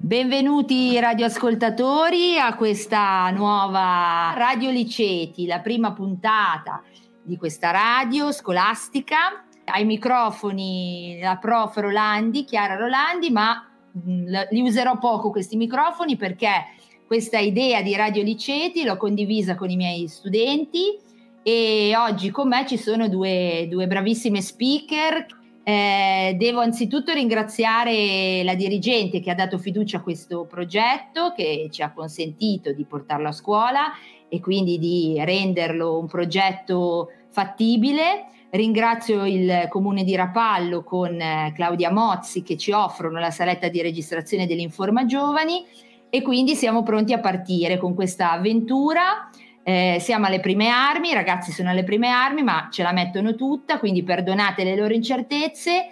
Benvenuti radioascoltatori a questa nuova Radio Liceti, la prima puntata di questa radio scolastica. Ai microfoni la prof Rolandi, Chiara Rolandi, ma li userò poco questi microfoni perché questa idea di Radio Liceti l'ho condivisa con i miei studenti e oggi con me ci sono due bravissime speaker. Devo anzitutto ringraziare la dirigente che ha dato fiducia a questo progetto, che ci ha consentito di portarlo a scuola e quindi di renderlo un progetto fattibile. Ringrazio il Comune di Rapallo con Claudia Mozzi che ci offrono la saletta di registrazione dell'Informa Giovani e quindi siamo pronti a partire con questa avventura. Siamo alle prime armi, i ragazzi sono alle prime armi ma ce la mettono tutta, quindi perdonate le loro incertezze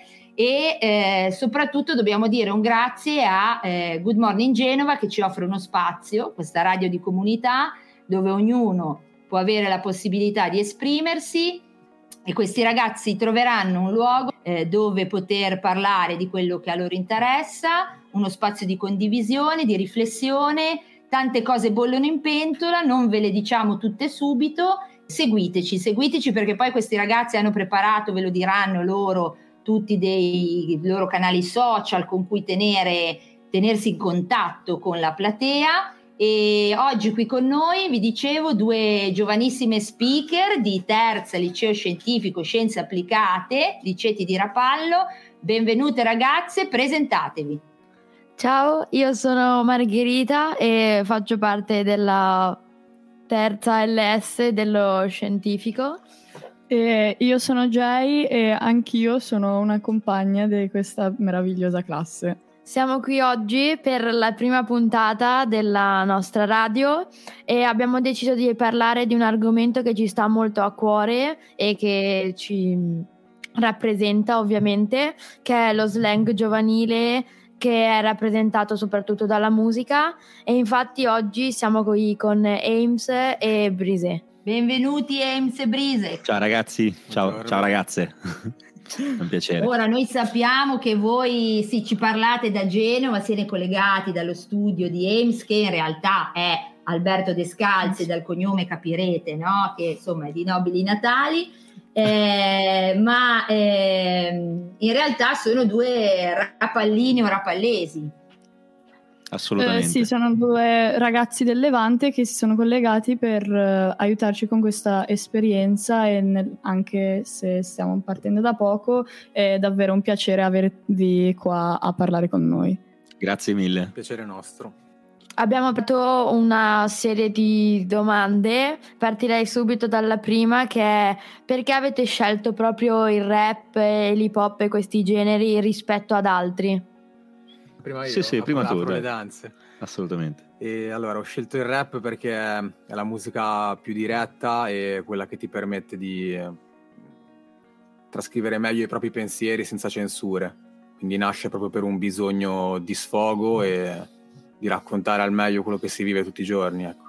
e soprattutto dobbiamo dire un grazie a Good Morning Genova che ci offre uno spazio, questa radio di comunità dove ognuno può avere la possibilità di esprimersi e questi ragazzi troveranno un luogo dove poter parlare di quello che a loro interessa, uno spazio di condivisione, di riflessione. Tante cose bollono in pentola, non ve le diciamo tutte subito, seguiteci perché poi questi ragazzi hanno preparato, ve lo diranno loro, tutti dei loro canali social con cui tenersi in contatto con la platea. E oggi qui con noi, vi dicevo, due giovanissime speaker di terza liceo scientifico Scienze Applicate, Liceti di Rapallo. Benvenute ragazze, presentatevi. Ciao, io sono Margherita e faccio parte della terza LS dello scientifico. E io sono Jay e anch'io sono una compagna di questa meravigliosa classe. Siamo qui oggi per la prima puntata della nostra radio e abbiamo deciso di parlare di un argomento che ci sta molto a cuore e che ci rappresenta ovviamente, che è lo slang giovanile, che è rappresentato soprattutto dalla musica e infatti oggi siamo qui con Ames e Brise. Benvenuti Ames e Brise. Ciao ragazzi, ciao ragazze. Un piacere. Ora noi sappiamo che voi ci parlate da Genova, siete collegati dallo studio di Ames che in realtà è Alberto Descalzi, dal cognome capirete, no? Che insomma è di nobili natali. Ma in realtà sono due rapallini o rapallesi. Assolutamente. Sì, sono due ragazzi del Levante che si sono collegati per aiutarci con questa esperienza e anche se stiamo partendo da poco è davvero un piacere avervi qua a parlare con noi. Grazie mille. Piacere nostro. Abbiamo aperto una serie di domande, partirei subito dalla prima che è: perché avete scelto proprio il rap e l'hip hop e questi generi rispetto ad altri? Prima io, sì, prima tu, le danze. Assolutamente. E allora ho scelto il rap perché è la musica più diretta e quella che ti permette di trascrivere meglio i propri pensieri senza censure, quindi nasce proprio per un bisogno di sfogo e di raccontare al meglio quello che si vive tutti i giorni, ecco.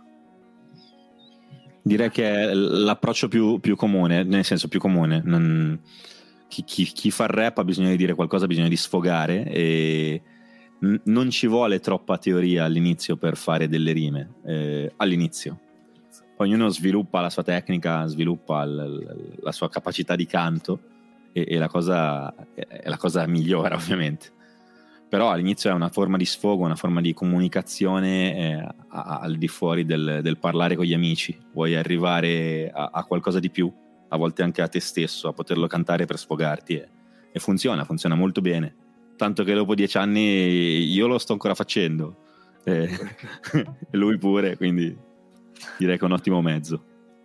Direi che è l'approccio più comune, nel senso più comune. Chi fa il rap ha bisogno di dire qualcosa, ha bisogno di sfogare e non ci vuole troppa teoria all'inizio per fare delle rime, all'inizio. Ognuno sviluppa la sua tecnica, sviluppa la sua capacità di canto e la cosa è la cosa migliore ovviamente. Però all'inizio è una forma di sfogo, una forma di comunicazione al di fuori del parlare con gli amici. Vuoi arrivare a qualcosa di più, a volte anche a te stesso, a poterlo cantare per sfogarti e funziona molto bene. Tanto che dopo 10 anni io lo sto ancora facendo e lui pure, quindi direi che è un ottimo mezzo.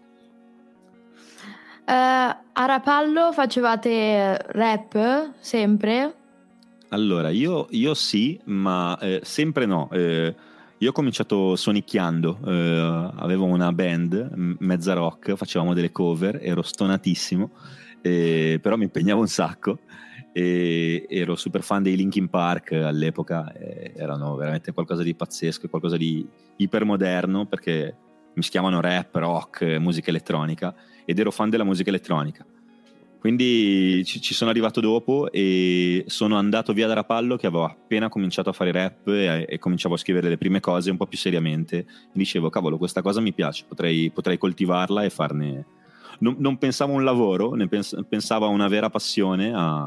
A Rapallo facevate rap sempre? Allora, io sì, ma sempre no. Io ho cominciato sonicchiando, avevo una band, mezza rock, facevamo delle cover, ero stonatissimo, però mi impegnavo un sacco e ero super fan dei Linkin Park all'epoca, erano veramente qualcosa di pazzesco, qualcosa di ipermoderno perché mischiavano rap, rock, musica elettronica ed ero fan della musica elettronica. Quindi ci sono arrivato dopo e sono andato via da Rapallo che avevo appena cominciato a fare rap e cominciavo a scrivere le prime cose un po' più seriamente. E dicevo, cavolo, questa cosa mi piace, potrei coltivarla e farne... Non pensavo a un lavoro, pensavo a una vera passione,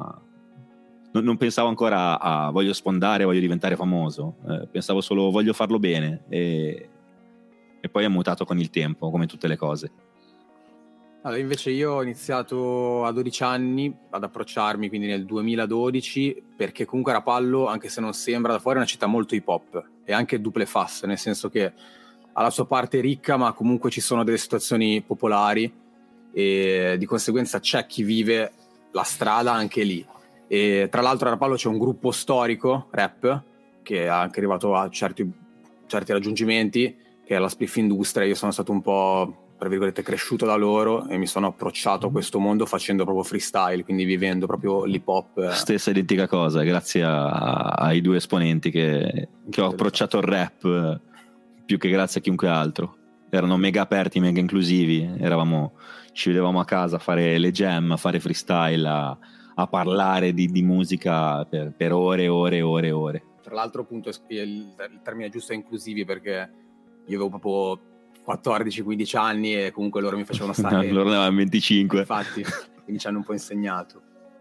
non pensavo ancora a voglio sfondare, voglio diventare famoso, pensavo solo voglio farlo bene e poi è mutato con il tempo, come tutte le cose. Allora, invece io ho iniziato a 12 anni ad approcciarmi, quindi nel 2012, perché comunque Rapallo, anche se non sembra da fuori, è una città molto hip hop e anche duple fast, nel senso che ha la sua parte ricca, ma comunque ci sono delle situazioni popolari e di conseguenza c'è chi vive la strada anche lì. E tra l'altro a Rapallo c'è un gruppo storico rap che è anche arrivato a certi raggiungimenti, che è la Spliff Industria. Io sono stato un po', tra virgolette, cresciuto da loro e mi sono approcciato a questo mondo facendo proprio freestyle, quindi vivendo proprio l'hip hop. Stessa identica cosa, grazie ai due esponenti che ho approcciato il rap più che grazie a chiunque altro. Erano mega aperti, mega inclusivi, ci vedevamo a casa a fare le jam, a fare freestyle, a parlare di musica per ore e ore e ore e ore. Tra l'altro appunto il termine giusto è inclusivi, perché io avevo proprio 14-15 anni e comunque loro mi facevano stare. Loro ne avevano 25. Infatti, quindi ci hanno un po' insegnato.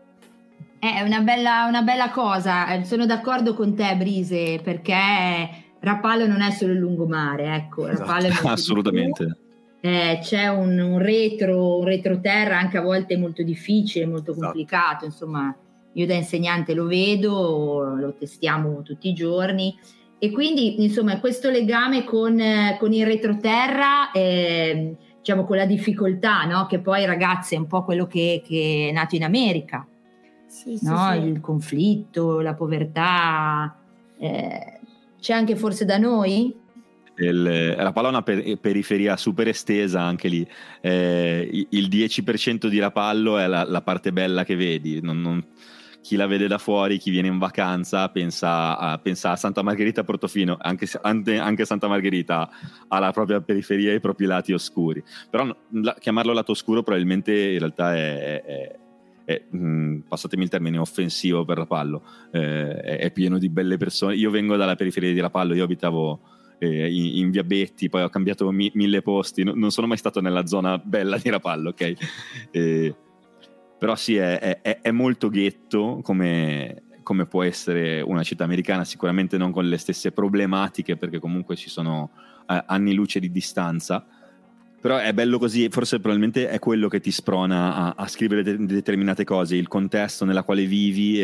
È una bella cosa, sono d'accordo con te Brise, perché Rapallo non è solo il lungomare, ecco. Esatto. Rapallo è assolutamente. C'è un retroterra anche a volte molto difficile, molto complicato, insomma io da insegnante lo vedo, lo testiamo tutti i giorni e quindi insomma questo legame con il retroterra, diciamo con la difficoltà, no? Che poi ragazzi è un po' quello che è nato in America, sì, no? sì. Il conflitto, la povertà, c'è anche forse da noi? Rapallo è una periferia super estesa anche lì, il 10% di Rapallo è la parte bella che vedi, chi la vede da fuori, chi viene in vacanza pensa a Santa Margherita Portofino, anche Santa Margherita ha la propria periferia e i propri lati oscuri, però chiamarlo lato oscuro probabilmente in realtà è passatemi il termine, offensivo per Rapallo, è pieno di belle persone. Io vengo dalla periferia di Rapallo, io abitavo in via Betti, poi ho cambiato 1000 posti, non sono mai stato nella zona bella di Rapallo, ok? Però sì, è molto ghetto come può essere una città americana, sicuramente non con le stesse problematiche, perché comunque ci sono anni luce di distanza, però è bello così, forse probabilmente è quello che ti sprona a scrivere determinate cose, il contesto nella quale vivi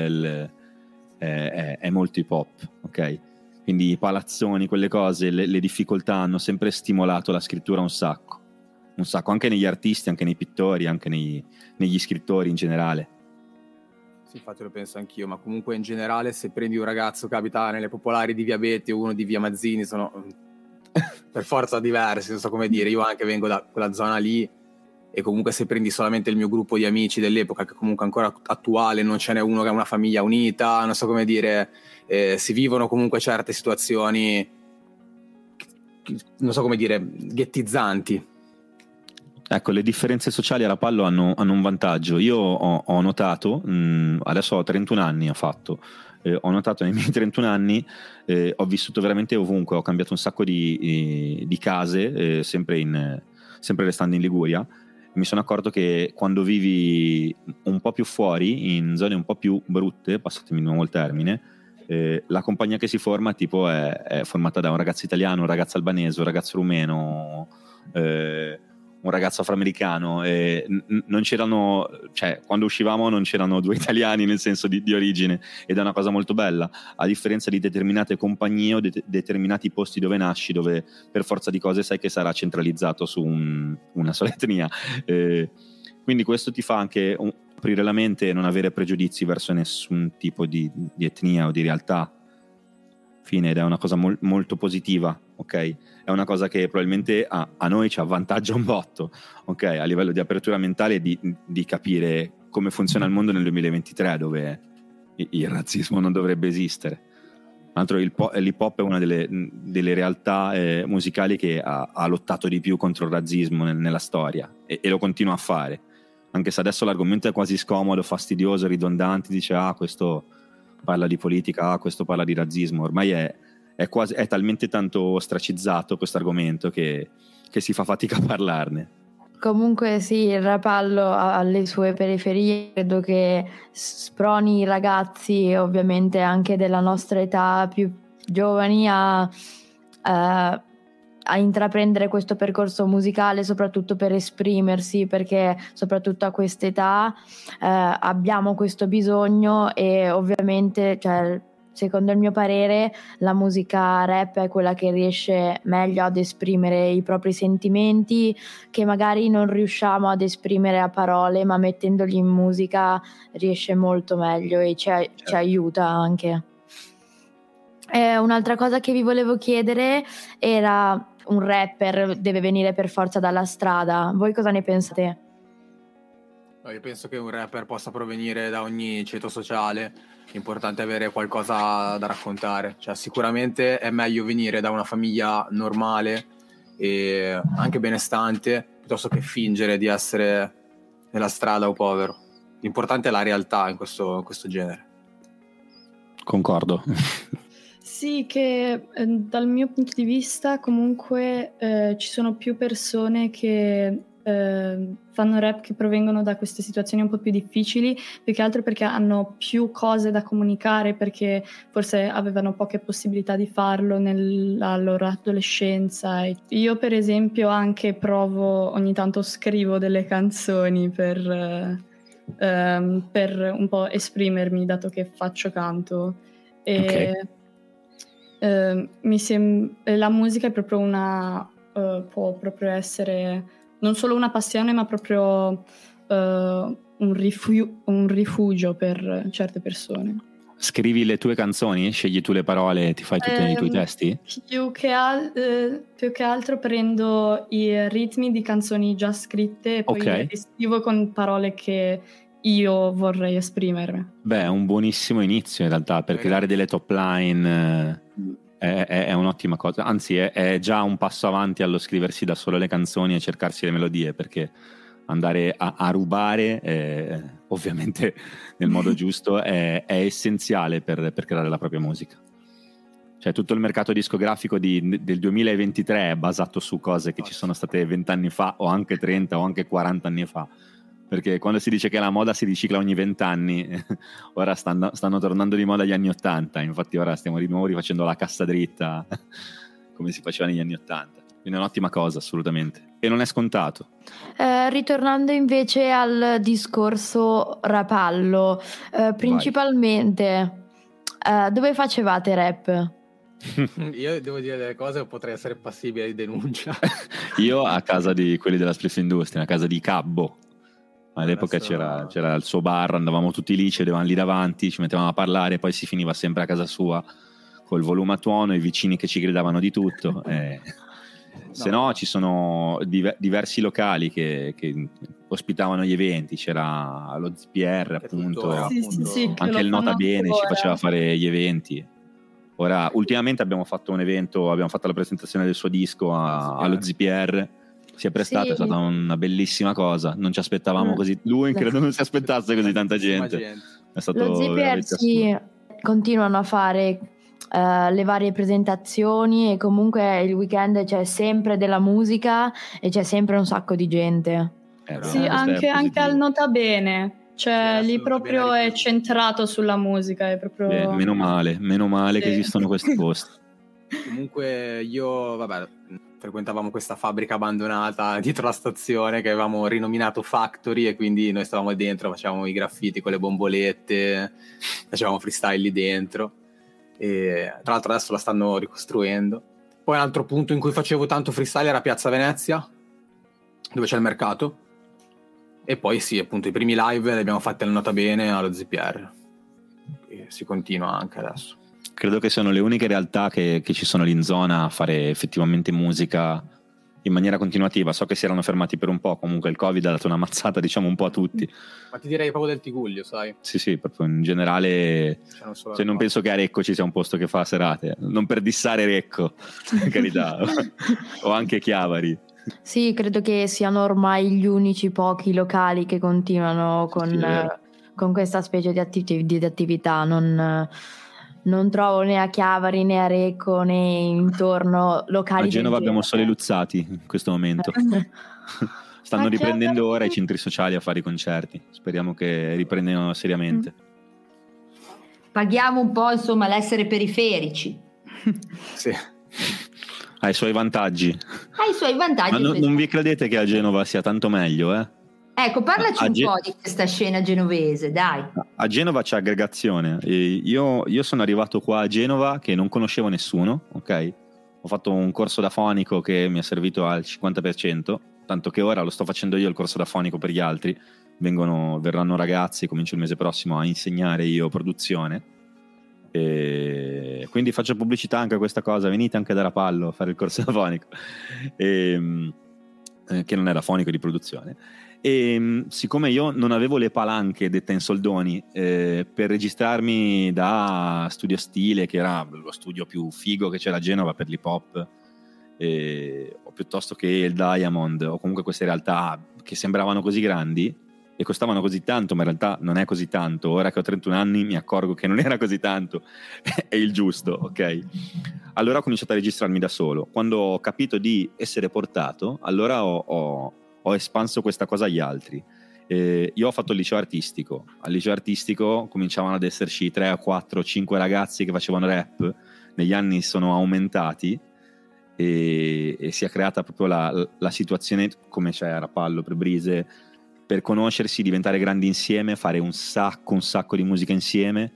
è molto hip hop, ok? Quindi i palazzoni, quelle cose, le difficoltà hanno sempre stimolato la scrittura un sacco, anche negli artisti, anche nei pittori, anche negli scrittori in generale. Sì, infatti lo penso anch'io, ma comunque in generale se prendi un ragazzo che abita nelle popolari di via Betti o uno di via Mazzini sono per forza diversi, non so come dire. Io anche vengo da quella zona lì e comunque se prendi solamente il mio gruppo di amici dell'epoca, che comunque ancora attuale, non ce n'è uno che ha una famiglia unita, non so come dire, si vivono comunque certe situazioni, non so come dire, ghettizzanti. Ecco, le differenze sociali a Rapallo hanno un vantaggio. Io ho notato, adesso ho 31 anni, ho notato nei miei 31 anni, ho vissuto veramente ovunque, ho cambiato un sacco di case, sempre restando in Liguria. Mi sono accorto che quando vivi un po' più fuori, in zone un po' più brutte, passatemi di nuovo il termine, la compagnia che si forma tipo è formata da un ragazzo italiano, un ragazzo albanese, un ragazzo rumeno, un ragazzo afroamericano, non c'erano, cioè quando uscivamo non c'erano due italiani nel senso di origine, ed è una cosa molto bella, a differenza di determinate compagnie o determinati posti dove nasci, dove per forza di cose sai che sarà centralizzato su una sola etnia, quindi questo ti fa anche aprire la mente e non avere pregiudizi verso nessun tipo di etnia o di realtà. Fine, ed è una cosa molto positiva, ok? È una cosa che probabilmente a noi ci avvantaggia un botto, ok? A livello di apertura mentale, di capire come funziona il mondo nel 2023, dove il razzismo non dovrebbe esistere. Tra l'altro l'hip hop è una delle realtà musicali che ha lottato di più contro il razzismo nella storia, e lo continua a fare. anche se adesso l'argomento è quasi scomodo, fastidioso, ridondante, dice questo parla di politica, questo parla di razzismo, ormai è talmente tanto ostracizzato questo argomento che si fa fatica a parlarne. Comunque sì, il rapallo ha le sue periferie, credo che sproni i ragazzi ovviamente anche della nostra età più giovani a intraprendere questo percorso musicale, soprattutto per esprimersi, perché soprattutto a quest'età abbiamo questo bisogno e ovviamente, cioè, secondo il mio parere, la musica rap è quella che riesce meglio ad esprimere i propri sentimenti, che magari non riusciamo ad esprimere a parole, ma mettendoli in musica riesce molto meglio e ci aiuta anche. Un'altra cosa che vi volevo chiedere era: un rapper deve venire per forza dalla strada, voi cosa ne pensate? Io penso che un rapper possa provenire da ogni ceto sociale, è importante avere qualcosa da raccontare, cioè sicuramente è meglio venire da una famiglia normale e anche benestante piuttosto che fingere di essere nella strada o povero. L'importante è la realtà in questo genere. Concordo. Sì, che dal mio punto di vista comunque ci sono più persone che fanno rap che provengono da queste situazioni un po' più difficili, più che altro perché hanno più cose da comunicare, perché forse avevano poche possibilità di farlo nella loro adolescenza. E io per esempio anche ogni tanto scrivo delle canzoni per un po' esprimermi, dato che faccio canto. E la musica è proprio può proprio essere non solo una passione, ma proprio un rifugio per certe persone. Scrivi le tue canzoni? Scegli tu le parole e ti fai tutti i tuoi testi? Più che altro prendo i ritmi di canzoni già scritte e poi le scrivo con parole che io vorrei esprimermi. Beh, è un buonissimo inizio in realtà, perché dare delle top line è un'ottima cosa, anzi è già un passo avanti allo scriversi da solo le canzoni e cercarsi le melodie, perché andare a rubare ovviamente nel modo giusto è essenziale per creare la propria musica. Cioè tutto il mercato discografico del 2023 è basato su cose che ci sono state 20 anni fa o anche 30 o anche 40 anni fa, perché quando si dice che la moda si ricicla ogni 20 anni, ora stanno tornando di moda gli anni 80, infatti ora stiamo di nuovo rifacendo la cassa dritta come si faceva negli anni 80, quindi è un'ottima cosa assolutamente, e non è scontato. Ritornando invece al discorso rapallo, principalmente dove facevate rap? Io devo dire delle cose che potrei essere passibile di denuncia. Io a casa di quelli della Spliff Industria, a casa di Cabbo. All'epoca c'era il suo bar, andavamo tutti lì, cedevamo lì davanti, ci mettevamo a parlare, poi si finiva sempre a casa sua col volume a tuono, i vicini che ci gridavano di tutto. Se no ci sono diversi locali che ospitavano gli eventi, c'era lo ZPR appunto, sì, anche il Nota Bene ci faceva fare gli eventi. Ora ultimamente abbiamo fatto un evento, abbiamo fatto la presentazione del suo disco allo ZPR. Si è prestato, è stata una bellissima cosa, non ci aspettavamo così, lui credo non si aspettasse così tanta gente. È stato lo ZPR continuano a fare le varie presentazioni e comunque il weekend c'è sempre della musica e c'è sempre un sacco di gente. Sì, anche al Nota Bene, cioè lì proprio è centrato sulla musica, è proprio... Meno male che esistono questi posti. Comunque io, frequentavamo questa fabbrica abbandonata dietro la stazione che avevamo rinominato Factory, e quindi noi stavamo dentro, facevamo i graffiti con le bombolette, facevamo freestyle lì dentro, e tra l'altro adesso la stanno ricostruendo. Poi un altro punto in cui facevo tanto freestyle era Piazza Venezia, dove c'è il mercato, e poi sì, appunto i primi live li abbiamo fatti al Nota Bene, allo ZPR, e si continua anche adesso. Credo che siano le uniche realtà che ci sono lì in zona a fare effettivamente musica in maniera continuativa. So che si erano fermati per un po', comunque il Covid ha dato una mazzata diciamo un po' a tutti. Ma ti direi proprio del Tigullio, sai? Sì, proprio in generale, cioè non penso che a Recco ci sia un posto che fa serate, non per dissare Recco, carità, o anche Chiavari. Sì, credo che siano ormai gli unici pochi locali che continuano con questa specie di attività. Non trovo né a Chiavari né a Recco né intorno locali A Genova del abbiamo genere. solo i Luzzati in questo momento. Stanno A riprendendo Chiavari- ora i centri sociali a fare i concerti. Speriamo che riprendano seriamente. Paghiamo un po', insomma, l'essere periferici. Sì. Ha i suoi vantaggi. Ha i suoi vantaggi. Ma e i suoi non vi credete che a Genova sia tanto meglio, eh? Ecco, parlaci A un Ge- po' di questa scena genovese, dai. A Genova c'è aggregazione. Io sono arrivato qua a Genova che non conoscevo nessuno, ok? Ho fatto un corso da fonico che mi è servito al 50%, tanto che ora lo sto facendo io il corso da fonico per gli altri. Verranno ragazzi, comincio il mese prossimo a insegnare io produzione. E quindi faccio pubblicità anche a questa cosa, venite anche da Rapallo a fare il corso da fonico, che non era fonico, di produzione. E siccome io non avevo le palanche, detta in soldoni, per registrarmi da Studio Stile, che era lo studio più figo che c'era a Genova per l'hip hop, o piuttosto che il Diamond, o comunque queste realtà che sembravano così grandi e costavano così tanto, ma in realtà non è così tanto. Ora che ho 31 anni mi accorgo che non era così tanto, è il giusto, ok? Allora ho cominciato a registrarmi da solo. Quando ho capito di essere portato, allora ho espanso questa cosa agli altri. Io ho fatto il liceo artistico. Al liceo artistico cominciavano ad esserci 3, 4, 5 ragazzi che facevano rap. Negli anni sono aumentati e si è creata proprio la situazione, come c'è a Rapallo, per Brise, per conoscersi, diventare grandi insieme, fare un sacco di musica insieme,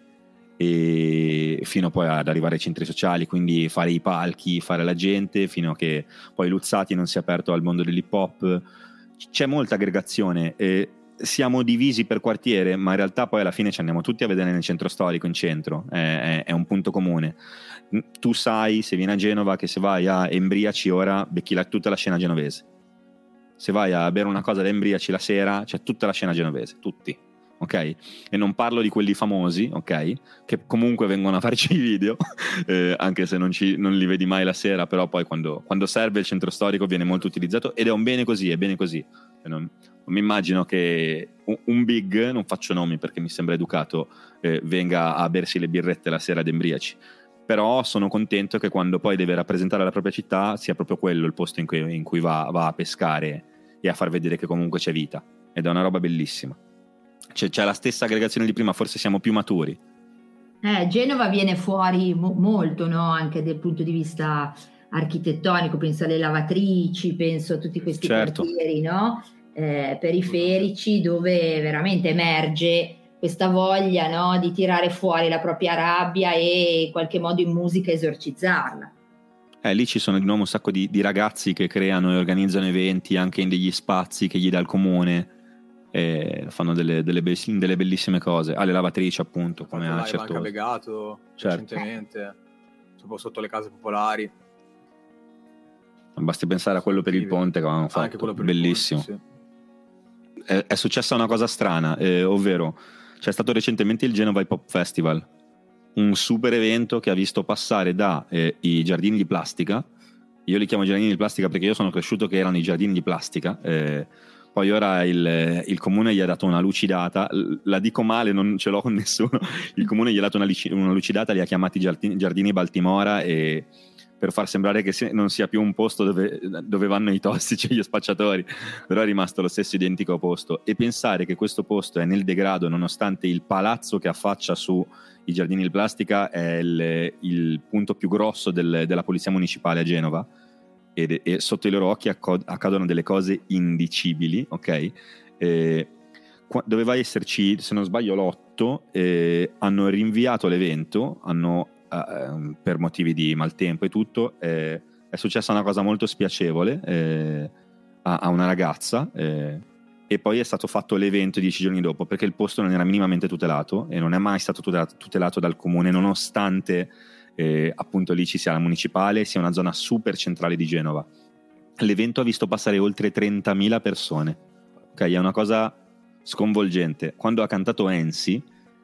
e fino poi ad arrivare ai centri sociali, quindi fare i palchi, fare la gente, fino a che poi Luzzati non si è aperto al mondo dell'hip hop. C'è molta aggregazione, siamo divisi per quartiere, ma in realtà poi alla fine ci andiamo tutti a vedere nel centro storico, in centro, è un punto comune. Tu sai, se vieni a Genova, che se vai a Embriaci ora becchi tutta la scena genovese. Se vai a bere una cosa da Embriaci la sera, c'è tutta la scena genovese, tutti, ok? E non parlo di quelli famosi, ok? Che comunque vengono a farci i video, anche se non li vedi mai la sera, però poi quando serve il centro storico viene molto utilizzato, ed è un bene così, è bene così. Non mi immagino che un big, non faccio nomi perché mi sembra educato, venga a bersi le birrette la sera ad Embriaci. Però sono contento che quando poi deve rappresentare la propria città sia proprio quello il posto in cui va a pescare e a far vedere che comunque c'è vita, ed è una roba bellissima. C'è la stessa aggregazione di prima, forse siamo più maturi. Genova viene fuori molto, no? Anche dal punto di vista architettonico, penso alle lavatrici, penso a tutti questi quartieri, no? Periferici, dove veramente emerge questa voglia, no? Di tirare fuori la propria rabbia e in qualche modo in musica esorcizzarla. Lì ci sono di nuovo un sacco di ragazzi che creano e organizzano eventi anche in degli spazi che gli dà il comune, fanno delle bellissime cose. Le lavatrici, appunto, come a Certosa. Anche a Begato, recentemente, sotto le case popolari. Basti pensare a quello per il ponte che avevamo fatto, anche quello per bellissimo. Il ponte, sì. È successa una cosa strana, ovvero c'è stato recentemente il Genova Hip Hop Festival, un super evento che ha visto passare i giardini di plastica. Io li chiamo giardini di plastica perché io sono cresciuto che erano i giardini di plastica, poi ora il comune gli ha dato una lucidata, la dico male, non ce l'ho con nessuno, il comune gli ha dato una lucidata, li ha chiamati giardini Baltimora, e per far sembrare che non sia più un posto dove vanno i tossici e gli spacciatori, però è rimasto lo stesso identico posto. E pensare che questo posto è nel degrado, nonostante il palazzo che affaccia su i giardini di plastica è il punto più grosso della polizia municipale a Genova, e sotto i loro occhi accadono delle cose indicibili, ok? Doveva esserci, se non sbaglio, l'8, hanno rinviato l'evento, per motivi di maltempo e tutto, è successa una cosa molto spiacevole a una ragazza, e poi è stato fatto l'evento 10 giorni dopo, perché il posto non era minimamente tutelato e non è mai stato tutelato dal comune, nonostante appunto lì ci sia la municipale, sia una zona super centrale di Genova. L'evento ha visto passare oltre 30.000 persone, ok? È una cosa sconvolgente. Quando ha cantato Ensi,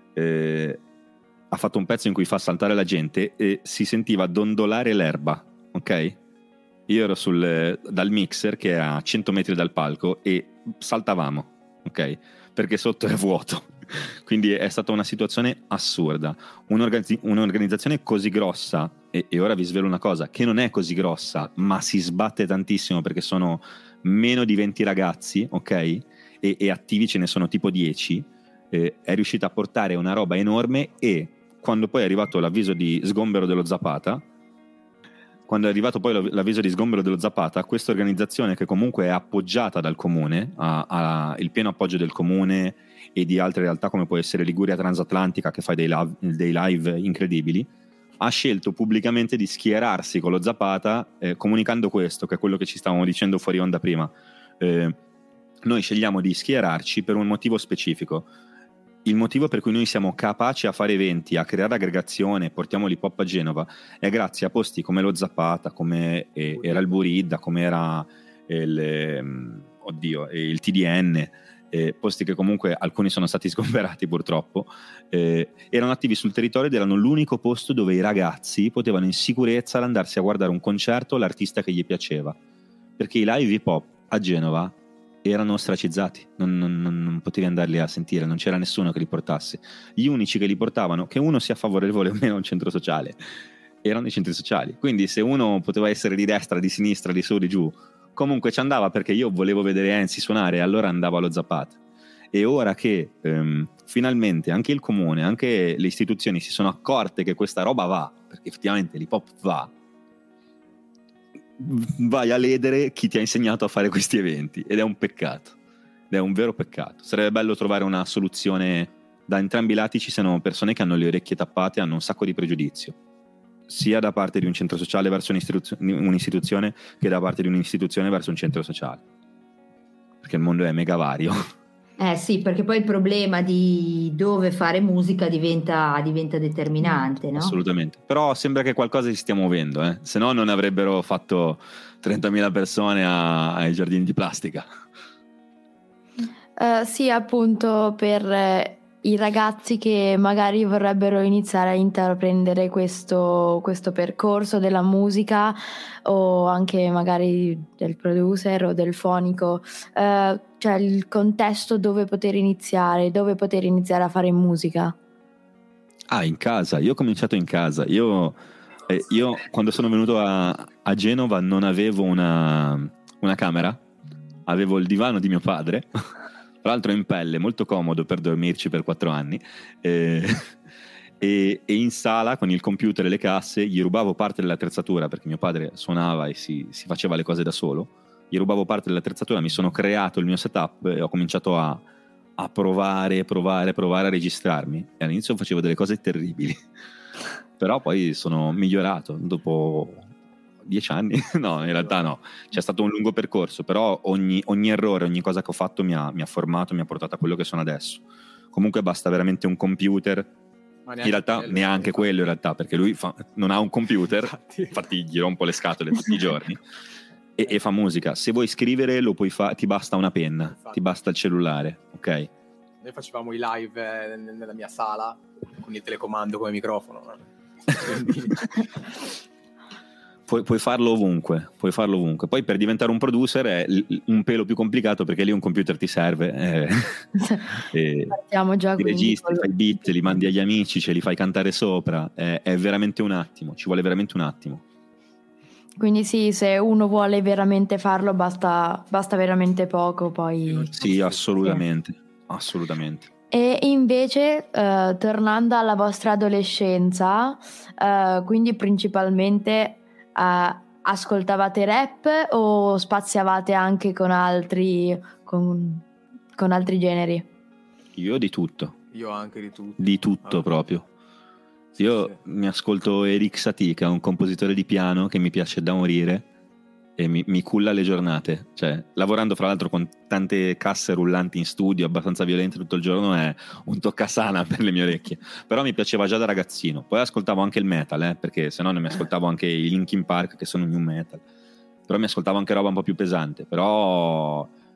ha fatto un pezzo in cui fa saltare la gente e si sentiva dondolare l'erba, ok? io ero dal mixer che è a 100 metri dal palco e saltavamo, ok? Perché sotto è vuoto. Quindi è stata una situazione assurda. Un'organizzazione così grossa, e ora vi svelo una cosa, che non è così grossa, ma si sbatte tantissimo perché sono meno di 20 ragazzi, ok? E attivi ce ne sono tipo 10, è riuscita a portare una roba enorme. E quando poi è arrivato l'avviso di sgombero dello Zapata, questa organizzazione, che comunque è appoggiata dal comune, ha il pieno appoggio del comune e di altre realtà come può essere Liguria Transatlantica, che fa dei live incredibili, ha scelto pubblicamente di schierarsi con lo Zapata, comunicando questo, che è quello che ci stavamo dicendo fuori onda prima. Noi scegliamo di schierarci per un motivo specifico. Il motivo per cui noi siamo capaci a fare eventi, a creare aggregazione, portiamo l'hip hop a Genova, è grazie a posti come lo Zapata, come era il Buridda, come era il TDN, posti che comunque alcuni sono stati sgomberati purtroppo, erano attivi sul territorio ed erano l'unico posto dove i ragazzi potevano in sicurezza andarsi a guardare un concerto o l'artista che gli piaceva, perché i live hip hop a Genova erano ostracizzati, non potevi andarli a sentire, non c'era nessuno che li portasse. Gli unici che li portavano, che uno sia favorevole o meno a un centro sociale, erano i centri sociali. Quindi se uno poteva essere di destra, di sinistra, di su, di giù, comunque ci andava, perché io volevo vedere Enzi suonare, allora andavo allo Zapata. E ora che finalmente anche il comune, anche le istituzioni si sono accorte che questa roba va, perché effettivamente l'hip hop va, vai a ledere chi ti ha insegnato a fare questi eventi, ed è un peccato, ed è un vero peccato. Sarebbe bello trovare una soluzione. Da entrambi i lati ci sono persone che hanno le orecchie tappate, hanno un sacco di pregiudizio, sia da parte di un centro sociale verso un'istituzione che da parte di un'istituzione verso un centro sociale, perché il mondo è mega vario. Sì, perché poi il problema di dove fare musica diventa determinante, no? Assolutamente. Però sembra che qualcosa si stia muovendo, se no non avrebbero fatto 30.000 persone ai giardini di plastica. Sì, appunto, per i ragazzi che magari vorrebbero iniziare a intraprendere questo percorso della musica, o anche magari del producer o del fonico, cioè il contesto dove poter iniziare a fare musica. In casa. Io ho cominciato in casa. Io quando sono venuto a Genova non avevo una camera, avevo il divano di mio padre, tra l'altro in pelle, molto comodo per dormirci per 4 anni, e in sala con il computer e le casse gli rubavo parte dell'attrezzatura, perché mio padre suonava e si faceva le cose da solo. Gli rubavo parte dell'attrezzatura, mi sono creato il mio setup e ho cominciato a provare a registrarmi, e all'inizio facevo delle cose terribili però poi sono migliorato dopo 10 anni. No, in realtà no, c'è stato un lungo percorso, però ogni errore, ogni cosa che ho fatto mi ha formato, mi ha portato a quello che sono adesso. Comunque basta veramente un computer, in realtà neanche quello in realtà, perché lui non ha un computer, infatti gli rompo le scatole tutti i giorni e fa musica. Se vuoi scrivere lo puoi fare, ti basta una penna, infatti. Ti basta il cellulare, ok? Noi facevamo i live nella mia sala con il telecomando come microfono, quindi... Puoi farlo ovunque. Poi per diventare un producer è un pelo più complicato, perché lì un computer ti serve, partiamo già, ti registri, fai beat, li mandi agli amici, ce li fai cantare sopra, è veramente un attimo, ci vuole veramente un attimo. Quindi sì, se uno vuole veramente farlo basta veramente poco, poi... Sì, assolutamente. E invece, tornando alla vostra adolescenza, quindi principalmente ascoltavate rap o spaziavate anche con altri generi? Io di tutto. Io anche di tutto. Di tutto proprio. Io mi ascolto Eric Satie, che è un compositore di piano che mi piace da morire e mi culla le giornate, cioè lavorando fra l'altro con tante casse rullanti in studio abbastanza violente tutto il giorno, è un toccasana per le mie orecchie, però mi piaceva già da ragazzino. Poi ascoltavo anche il metal, perché se no non mi ascoltavo anche i Linkin Park, che sono new metal, però mi ascoltavo anche roba un po' più pesante. Però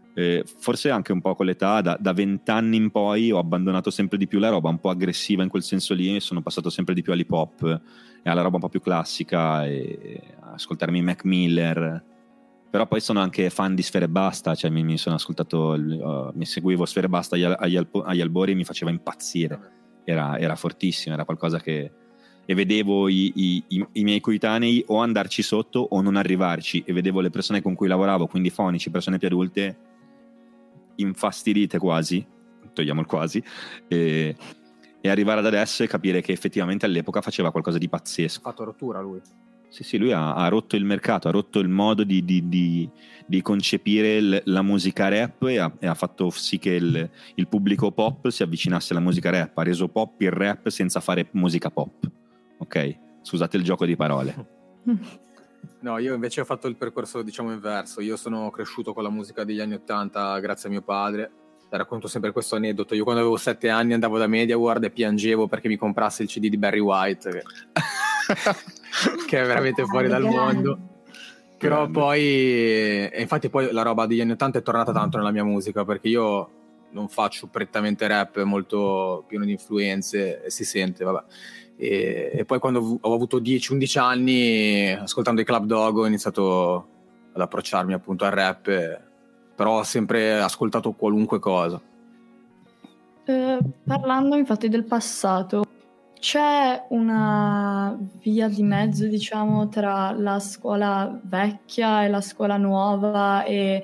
Forse anche un po' con l'età, da 20 anni in poi ho abbandonato sempre di più la roba un po' aggressiva in quel senso lì, e sono passato sempre di più all'hip hop e alla roba un po' più classica, e ascoltarmi Mac Miller. Però poi sono anche fan di Sfera Ebbasta, cioè mi sono ascoltato, mi seguivo Sfera Ebbasta agli albori e mi faceva impazzire, era fortissimo, era qualcosa che... E vedevo i miei coetanei o andarci sotto o non arrivarci, e vedevo le persone con cui lavoravo, quindi fonici, persone più adulte, infastidite quasi, togliamo il quasi, e arrivare ad adesso e capire che effettivamente all'epoca faceva qualcosa di pazzesco. Ha fatto rottura lui. Sì, lui ha rotto il mercato, ha rotto il modo di concepire la musica rap, e ha fatto sì che il pubblico pop si avvicinasse alla musica rap, ha reso pop il rap senza fare musica pop. Ok? Scusate il gioco di parole. No, io invece ho fatto il percorso, diciamo, inverso. Io sono cresciuto con la musica degli anni '80 grazie a mio padre. Racconto sempre questo aneddoto. Io quando avevo 7 anni andavo da MediaWorld e piangevo perché mi comprasse il CD di Barry White, che è veramente fuori dal mondo. Però poi, e infatti poi la roba degli anni '80 è tornata tanto nella mia musica, perché io non faccio prettamente rap, molto pieno di influenze, e si sente, vabbè. E poi quando ho avuto 10-11 anni, ascoltando i Club Dog, ho iniziato ad approcciarmi appunto al rap, però ho sempre ascoltato qualunque cosa. Parlando infatti del passato, c'è una via di mezzo, diciamo, tra la scuola vecchia e la scuola nuova, e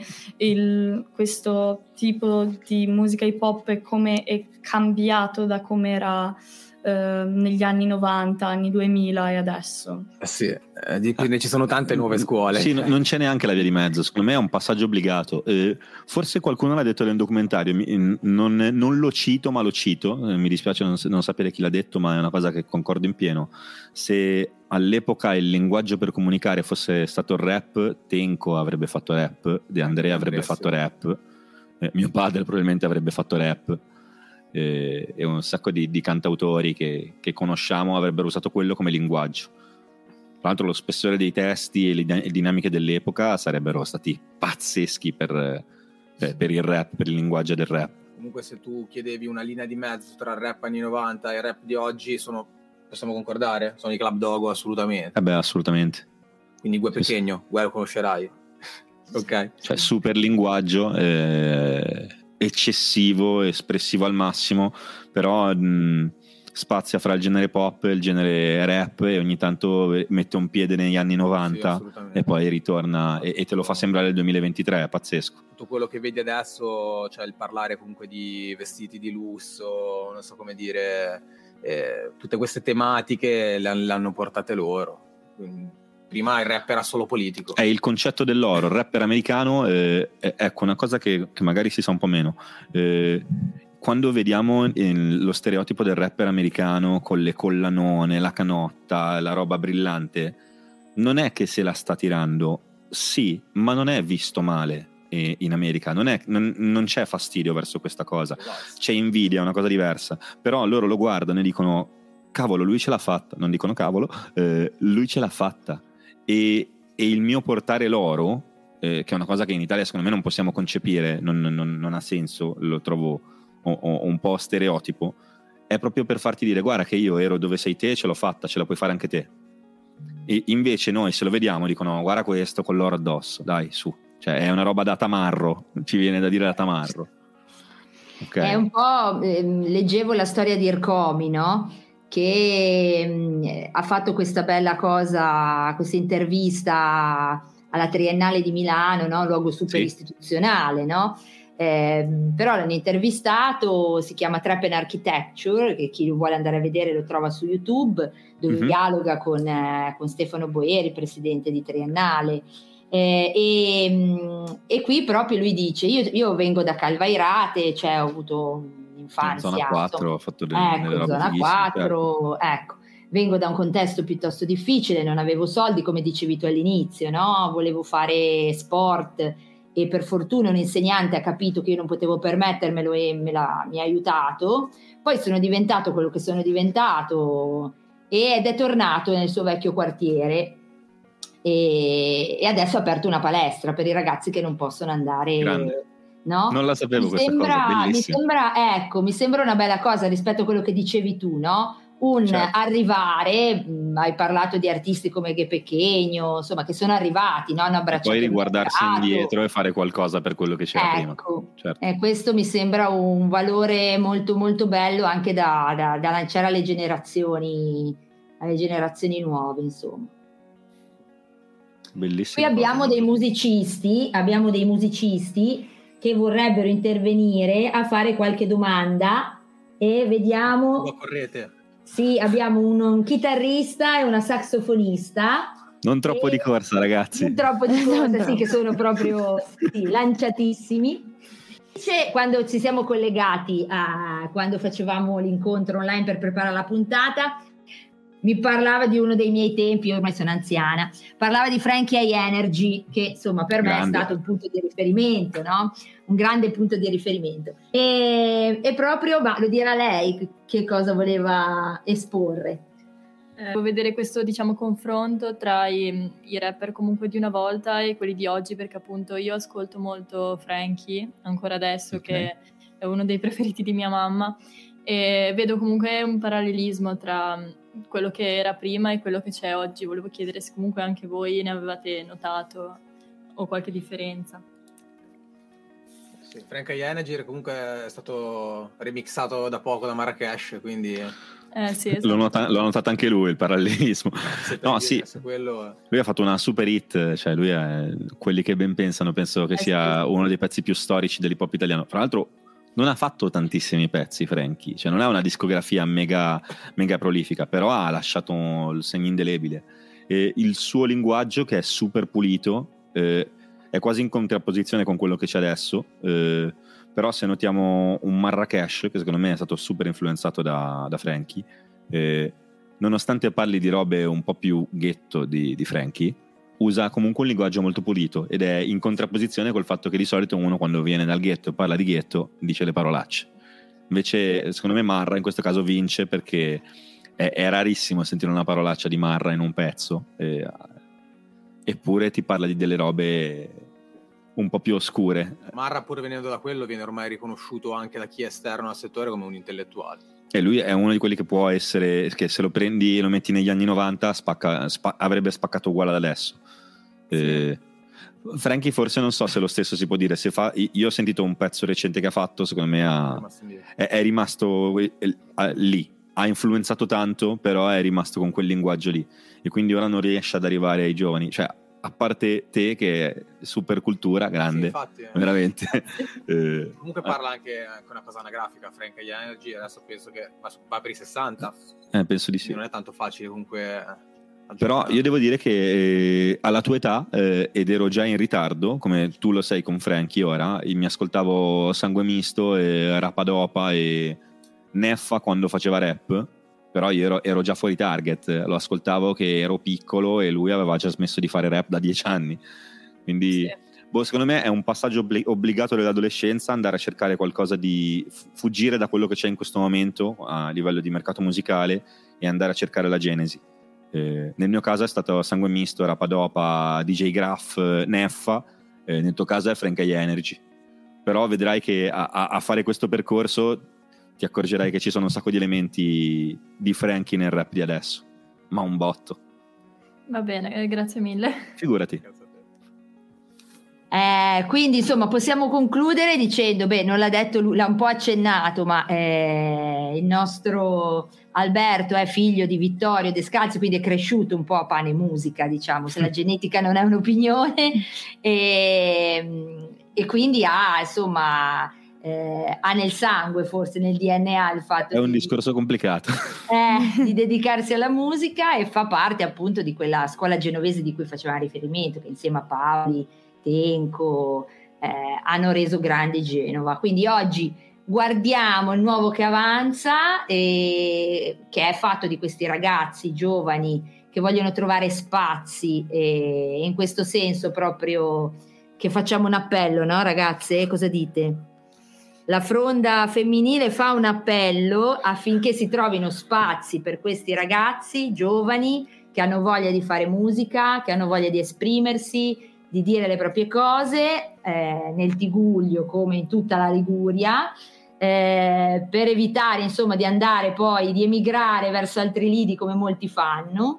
questo tipo di musica hip hop e come è cambiato da come era negli anni 90, anni 2000 e adesso. Sì, quindi ci sono tante nuove scuole. Sì, non c'è neanche la via di mezzo, secondo me è un passaggio obbligato. Forse qualcuno l'ha detto nel documentario, non lo cito, ma lo cito, mi dispiace non sapere chi l'ha detto, ma è una cosa che concordo in pieno. Se all'epoca il linguaggio per comunicare fosse stato il rap, Tenco avrebbe fatto rap, De André avrebbe fatto rap, mio padre probabilmente avrebbe fatto rap, e un sacco di cantautori che conosciamo avrebbero usato quello come linguaggio. Tra l'altro lo spessore dei testi e le dinamiche dell'epoca sarebbero stati pazzeschi per il rap, per il linguaggio del rap. Comunque se tu chiedevi una linea di mezzo tra il rap anni 90 e il rap di oggi, possiamo concordare? Sono i Club Dogo, assolutamente. Assolutamente. Quindi Gue Pequeno, Gue lo conoscerai. Ok. Cioè super linguaggio, eccessivo, espressivo al massimo, però spazia fra il genere pop e il genere rap, e ogni tanto mette un piede negli anni 90, sì, e poi ritorna e te lo fa sembrare il 2023, è pazzesco. Tutto quello che vedi adesso, cioè il parlare comunque di vestiti di lusso, non so come dire, tutte queste tematiche le hanno portate loro. Quindi, prima il rap era solo politico. È il concetto dell'oro, il rapper americano, ecco una cosa che magari si sa un po' meno. Quando vediamo lo stereotipo del rapper americano con le collanone, la canotta, la roba brillante, non è che se la sta tirando, sì, ma non è visto male in America, non c'è fastidio verso questa cosa, c'è invidia, è una cosa diversa, però loro lo guardano e dicono cavolo, lui ce l'ha fatta, non dicono cavolo, lui ce l'ha fatta. E il mio portare l'oro, che è una cosa che in Italia secondo me non possiamo concepire, non ha senso, lo trovo un po' stereotipo, è proprio per farti dire guarda che io ero dove sei te, ce l'ho fatta, ce la puoi fare anche te. E invece noi se lo vediamo dicono guarda questo con l'oro addosso, dai su, cioè è una roba da tamarro, ci viene da dire da tamarro. Okay. È un po', leggevo la storia di Ercomi, no? Che ha fatto questa bella cosa, questa intervista alla Triennale di Milano, no? Luogo super istituzionale, no? Però l'hanno intervistato, si chiama Trap and Architecture, che chi vuole andare a vedere lo trova su YouTube, dove dialoga con Stefano Boeri, presidente di Triennale, e qui proprio lui dice io vengo da Calvairate, cioè ho avuto infanzia, zona 4, ho fatto zona 4, ecco, vengo da un contesto piuttosto difficile, non avevo soldi come dicevi tu all'inizio, no? Volevo fare sport e per fortuna un insegnante ha capito che io non potevo permettermelo e mi ha aiutato, poi sono diventato quello che sono diventato ed è tornato nel suo vecchio quartiere e adesso ha aperto una palestra per i ragazzi che non possono andare no? Non la sapevo questa cosa, bellissima. Mi sembra una bella cosa rispetto a quello che dicevi tu, no? Certo. Arrivare, hai parlato di artisti come Ghe Pequeno, insomma, che sono arrivati, no? Hanno abbracciato poi riguardarsi il mercato. indietro e fare qualcosa per quello che c'era prima. Certo. Questo mi sembra un valore molto molto bello anche da lanciare alle generazioni nuove, insomma. Bellissimo. Qui abbiamo dei musicisti che vorrebbero intervenire a fare qualche domanda e vediamo. Correte. Sì, abbiamo un chitarrista e una saxofonista. Non troppo di corsa, ragazzi. Non troppo di corsa, sì, che sono proprio lanciatissimi. Quando ci siamo collegati quando facevamo l'incontro online per preparare la puntata, mi parlava di uno dei miei tempi, ormai sono anziana, parlava di Frankie High Energy, che insomma per me è stato un punto di riferimento, no? Un grande punto di riferimento. E proprio, lo dirà lei che cosa voleva esporre. Devo vedere questo, diciamo, confronto tra i rapper comunque di una volta e quelli di oggi, perché appunto io ascolto molto Frankie, ancora adesso, che è uno dei preferiti di mia mamma, e vedo comunque un parallelismo tra quello che era prima e quello che c'è oggi. Volevo chiedere se comunque anche voi ne avevate notato o qualche differenza. Sì, Frank High Energy comunque è stato remixato da poco da Marrakesh, quindi sì, esatto. L'ho notato anche lui il parallelismo. Sì. Lui ha fatto una super hit, cioè lui è quelli che ben pensano, penso che sia uno dei pezzi più storici dell'hip hop italiano. Fra l'altro non ha fatto tantissimi pezzi Frankie, cioè non ha una discografia mega prolifica, però ha lasciato il segno indelebile. E il suo linguaggio, che è super pulito, è quasi in contrapposizione con quello che c'è adesso, però se notiamo un Marrakesh, che secondo me è stato super influenzato da Frankie, nonostante parli di robe un po' più ghetto di Frankie, usa comunque un linguaggio molto pulito ed è in contrapposizione col fatto che di solito uno quando viene dal ghetto e parla di ghetto dice le parolacce. Invece secondo me Marra in questo caso vince, perché è rarissimo sentire una parolaccia di Marra in un pezzo, eppure ti parla di delle robe un po' più oscure. Marra, pur venendo da quello, viene ormai riconosciuto anche da chi è esterno al settore come un intellettuale. E lui è uno di quelli che può essere, che se lo prendi e lo metti negli anni 90 avrebbe spaccato uguale ad adesso. Sì. Frankie forse non so se lo stesso si può dire. Io ho sentito un pezzo recente che ha fatto, secondo me è rimasto lì, ha influenzato tanto, però è rimasto con quel linguaggio lì, e quindi ora non riesce ad arrivare ai giovani, cioè a parte te che è super cultura grande, sì, infatti, veramente. Comunque parla anche una cosa anagrafica, Frank High Energy, adesso penso che va per i 60. Penso di sì. Non è tanto facile comunque. Però io devo dire che alla tua età, ed ero già in ritardo, come tu lo sei con Frankie ora, mi ascoltavo Sangue Misto e Rapadopa e Neffa quando faceva rap, però io ero già fuori target, lo ascoltavo che ero piccolo e lui aveva già smesso di fare rap da 10 anni, quindi sì. Secondo me è un passaggio obbligato dell'adolescenza, andare a cercare qualcosa di fuggire da quello che c'è in questo momento a livello di mercato musicale e andare a cercare la genesi. Nel mio caso è stato Sangue Misto, Rapadopa, DJ Graf, Neffa, nel tuo caso è Frank High Energy, però vedrai che a fare questo percorso ti accorgerai che ci sono un sacco di elementi di Frankie nel rap di adesso, ma un botto. Va bene, grazie mille. Figurati. Quindi insomma possiamo concludere dicendo, non l'ha detto lui, l'ha un po' accennato, ma il nostro Alberto è figlio di Vittorio Descalzi, quindi è cresciuto un po' a pane e musica, diciamo, se la genetica non è un'opinione, e quindi ha nel sangue, forse nel DNA, il fatto è un discorso complicato di dedicarsi alla musica, e fa parte appunto di quella scuola genovese di cui faceva riferimento, che insieme a Paoli, Tenco hanno reso grande Genova. Quindi oggi guardiamo il nuovo che avanza, che è fatto di questi ragazzi giovani che vogliono trovare spazi, e in questo senso proprio che facciamo un appello, no ragazze? Cosa dite? La fronda femminile fa un appello affinché si trovino spazi per questi ragazzi giovani che hanno voglia di fare musica, che hanno voglia di esprimersi, di dire le proprie cose nel Tigullio come in tutta la Liguria, per evitare insomma di andare poi di emigrare verso altri lidi come molti fanno.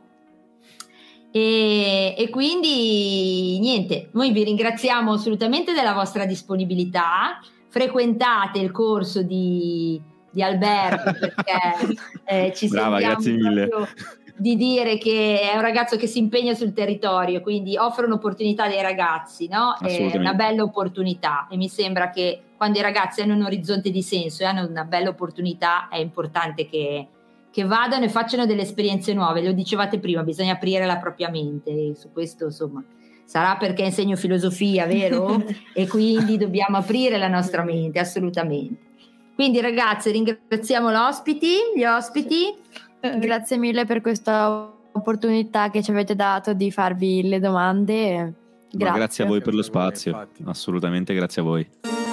E quindi niente, noi vi ringraziamo assolutamente della vostra disponibilità. Frequentate il corso di Alberto perché ci Brava, grazie mille. Di dire che è un ragazzo che si impegna sul territorio, quindi offre un'opportunità dei ragazzi, no? È una bella opportunità, e mi sembra che quando i ragazzi hanno un orizzonte di senso e hanno una bella opportunità è importante che vadano e facciano delle esperienze nuove. Lo dicevate prima, bisogna aprire la propria mente, e su questo insomma sarà perché insegno filosofia, vero? E quindi dobbiamo aprire la nostra mente, assolutamente. Quindi ragazzi, ringraziamo gli ospiti. Grazie mille per questa opportunità che ci avete dato di farvi le domande. Grazie a voi per lo spazio, assolutamente grazie a voi.